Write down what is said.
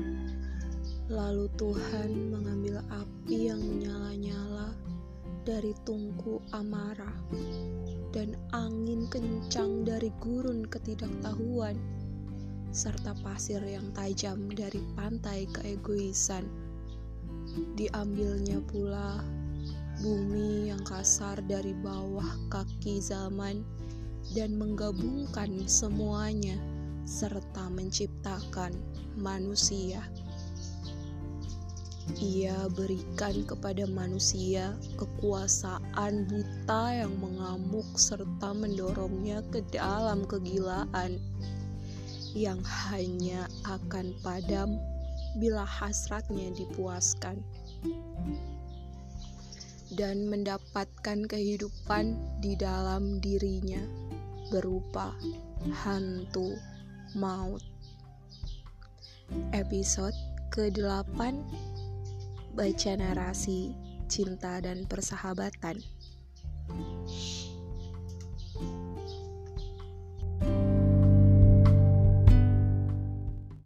Lalu Tuhan mengambil api yang menyala-nyala dari tungku amarah dan angin kencang dari gurun ketidaktahuan, serta pasir yang tajam dari pantai keegoisan. Diambilnya pula bumi yang kasar dari bawah kaki zaman dan menggabungkan semuanya serta menciptakan manusia. Ia berikan kepada manusia kekuasaan buta yang mengamuk serta mendorongnya ke dalam kegilaan yang hanya akan padam bila hasratnya dipuaskan, dan mendapatkan kehidupan di dalam dirinya berupa hantu maut. Episode ke-8, baca narasi cinta dan persahabatan.